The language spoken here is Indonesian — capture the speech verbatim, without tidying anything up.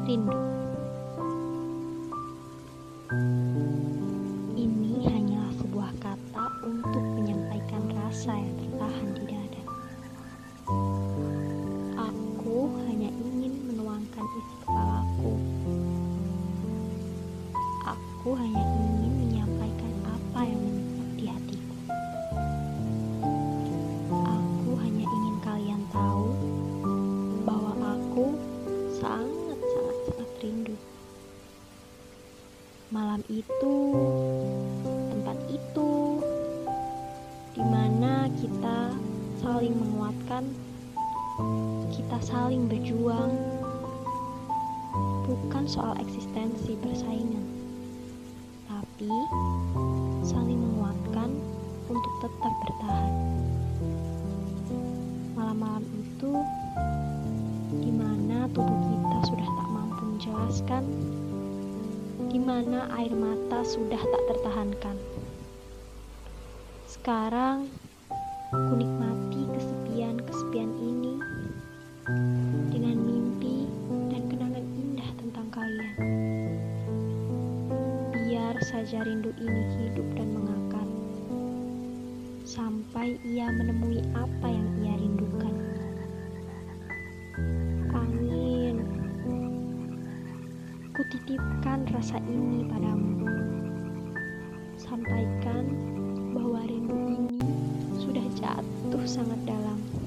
Rindu. Ini hanyalah sebuah kata untuk menyampaikan rasa yang tertahan di dada. Aku hanya ingin menuangkan isi kepalaku. Aku hanya ingin menyampaikan apa yang menyimpan di hatiku. Aku hanya ingin kalian tahu bahwa aku sangat-sangat-sangat rindu. Malam itu, tempat itu, di mana kita saling menguatkan, kita saling berjuang, bukan soal eksistensi persaingan, tapi saling menguatkan untuk tetap bertahan. Malam-malam itu, di mana tubuh kita sudah tak mampu menjelaskan, di mana air mata sudah tak tertahankan. Sekarang, ku nikmati kesepian-kesepian ini dengan mimpi dan kenangan indah tentang kalian. Biar saja rindu ini hidup dan mengakar, sampai ia menemui apa yang ia rindukan. Angin, kutitipkan rasa ini padamu. Sampaikan bahwa rindu ini sudah jatuh sangat dalam.